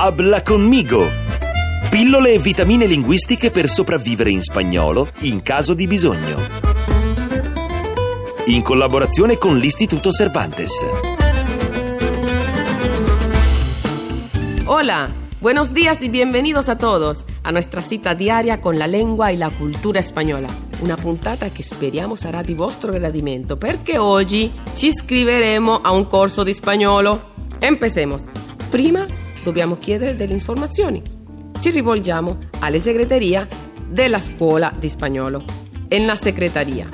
Habla conmigo! Pillole e vitamine linguistiche per sopravvivere in spagnolo in caso di bisogno. In collaborazione con l'Istituto Cervantes. Hola, buenos días y bienvenidos a todos a nuestra cita diaria con la lingua e la cultura spagnola. Una puntata che speriamo sarà di vostro gradimento, perché oggi ci iscriveremo a un corso di spagnolo. Empecemos. Prima dobbiamo chiedere delle informazioni. Ci rivolgiamo alla segreteria della scuola di spagnolo. En la secretaria.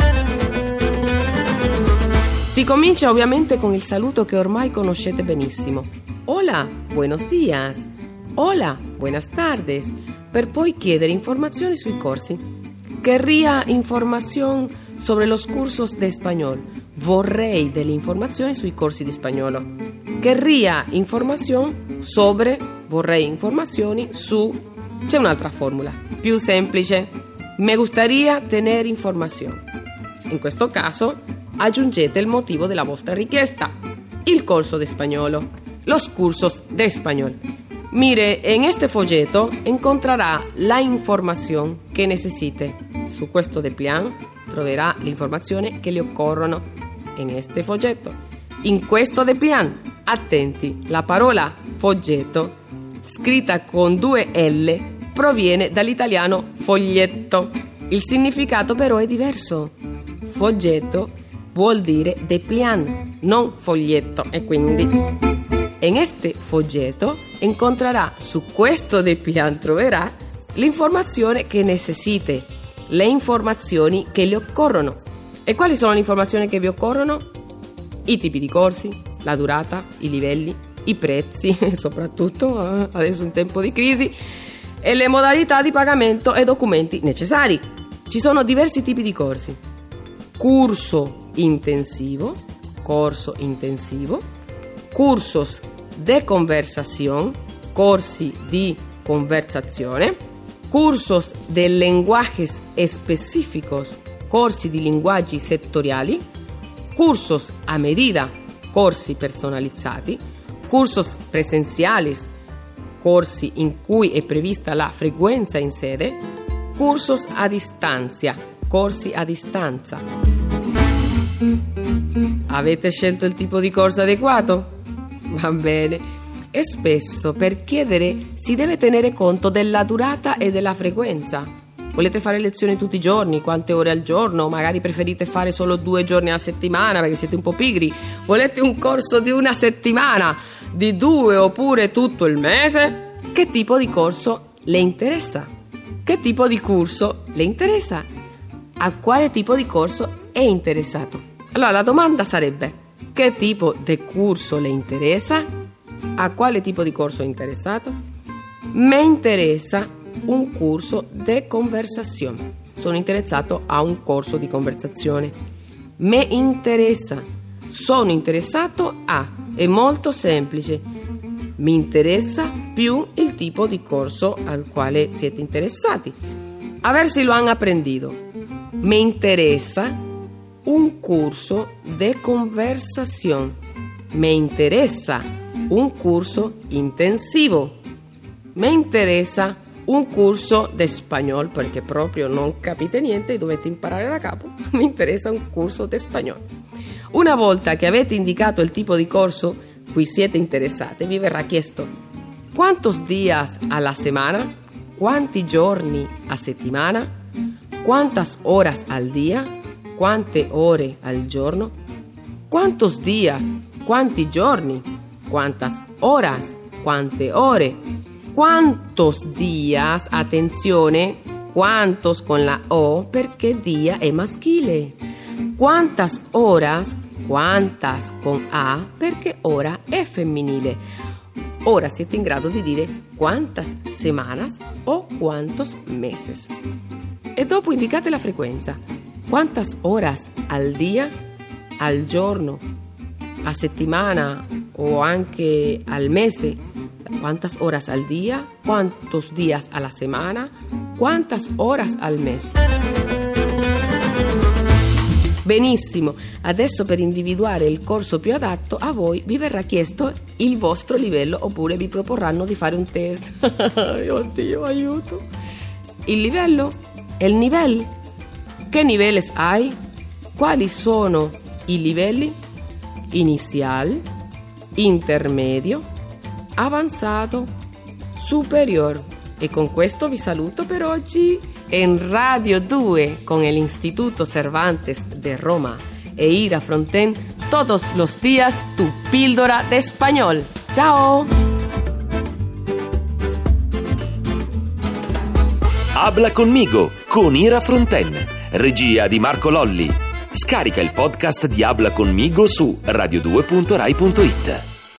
Si comincia ovviamente con il saluto che ormai conoscete benissimo. Hola, buenos días. Hola, buenas tardes. Per poi chiedere informazioni sui corsi. Querría información sobre los cursos de español. Vorrei delle informazioni sui corsi di spagnolo. Querría información sobre, vorrei informazioni su. C'è un'altra formula, più semplice. Me gustaría tener información. In questo caso, aggiungete il motivo della vostra richiesta. Il corso de español. Los cursos de español. Mire, en este folleto encontrará la información que necesite. Su questo de plan troverà l'informazione che le occorrono in este folletto. In questo de plan, attenti, la parola foggetto, scritta con 2 L, proviene dall'italiano foglietto. Il significato però è diverso. Foggetto vuol dire de plan, non foglietto, e quindi in este folletto incontrerà, su questo de plan troverà l'informazione che necessite, le informazioni che le occorrono. E quali sono le informazioni che vi occorrono? I tipi di corsi, la durata, i livelli, i prezzi, soprattutto adesso in tempo di crisi, e le modalità di pagamento e documenti necessari. Ci sono diversi tipi di corsi. Corso intensivo, cursos de conversación, corsi di conversazione, cursos de lenguajes específicos, corsi di linguaggi settoriali, cursos a medida, corsi personalizzati, cursos presenciales, corsi in cui è prevista la frequenza in sede, cursos a distanza, corsi a distanza. Avete scelto il tipo di corso adeguato? Va bene. E spesso per chiedere si deve tenere conto della durata e della frequenza. Volete fare lezioni tutti i giorni? Quante ore al giorno? Magari preferite fare solo 2 giorni alla settimana perché siete un po' pigri. Volete un corso di 1 settimana, di 2 oppure tutto il mese? Che tipo di corso le interessa? Che tipo di corso le interessa? A quale tipo di corso è interessato? Allora la domanda sarebbe: che tipo di corso le interessa? A quale tipo di corso è interessato? Me interessa un corso de conversación. Sono interessato a un corso di conversazione. Me interessa. Sono interessato a. È molto semplice. Mi interessa più il tipo di corso al quale siete interessati. A ver si lo han aprendido. Me interesa un curso de conversación. Me interesa un curso intensivo. Me interesa un corso di spagnolo, perché proprio non capite niente e dovete imparare da capo. Mi interessa un corso di spagnolo. Una volta che avete indicato il tipo di corso cui siete interessati, vi verrà chiesto: ¿cuántos días a la semana? ¿Quanti giorni a settimana? ¿Cuántas horas al día? ¿Quante ore al giorno? ¿Cuántos días? ¿Quanti giorni? ¿Cuántas horas? ¿Quante ore? ¿Cuántos días? Attenzione, quantos con la O perché dia è maschile. ¿Cuántas horas? Quantas con A perché ora è femminile. Ora siete in grado di dire quantas semanas o cuantos meses. E dopo indicate la frequenza. ¿Cuántas horas al día, al giorno, a settimana o anche al mese? ¿Cuántas horas al día? ¿Cuántos días a la semana? ¿Cuántas horas al mes? Benissimo, adesso per individuare il corso più adatto a voi vi verrà chiesto il vostro livello oppure vi proporranno di fare un test. Oddio, aiuto. Il livello? El nivel? Che niveles hai? Quali sono i livelli? Inizial, intermedio, avanzato, superior. E con questo vi saluto per oggi. En Radio 2 con el Instituto Cervantes de Roma e Ira Fronten, todos los días tu píldora de español. Ciao! Habla conmigo con Ira Fronten, regia di Marco Lolli. Scarica il podcast di Habla conmigo su radio2.rai.it.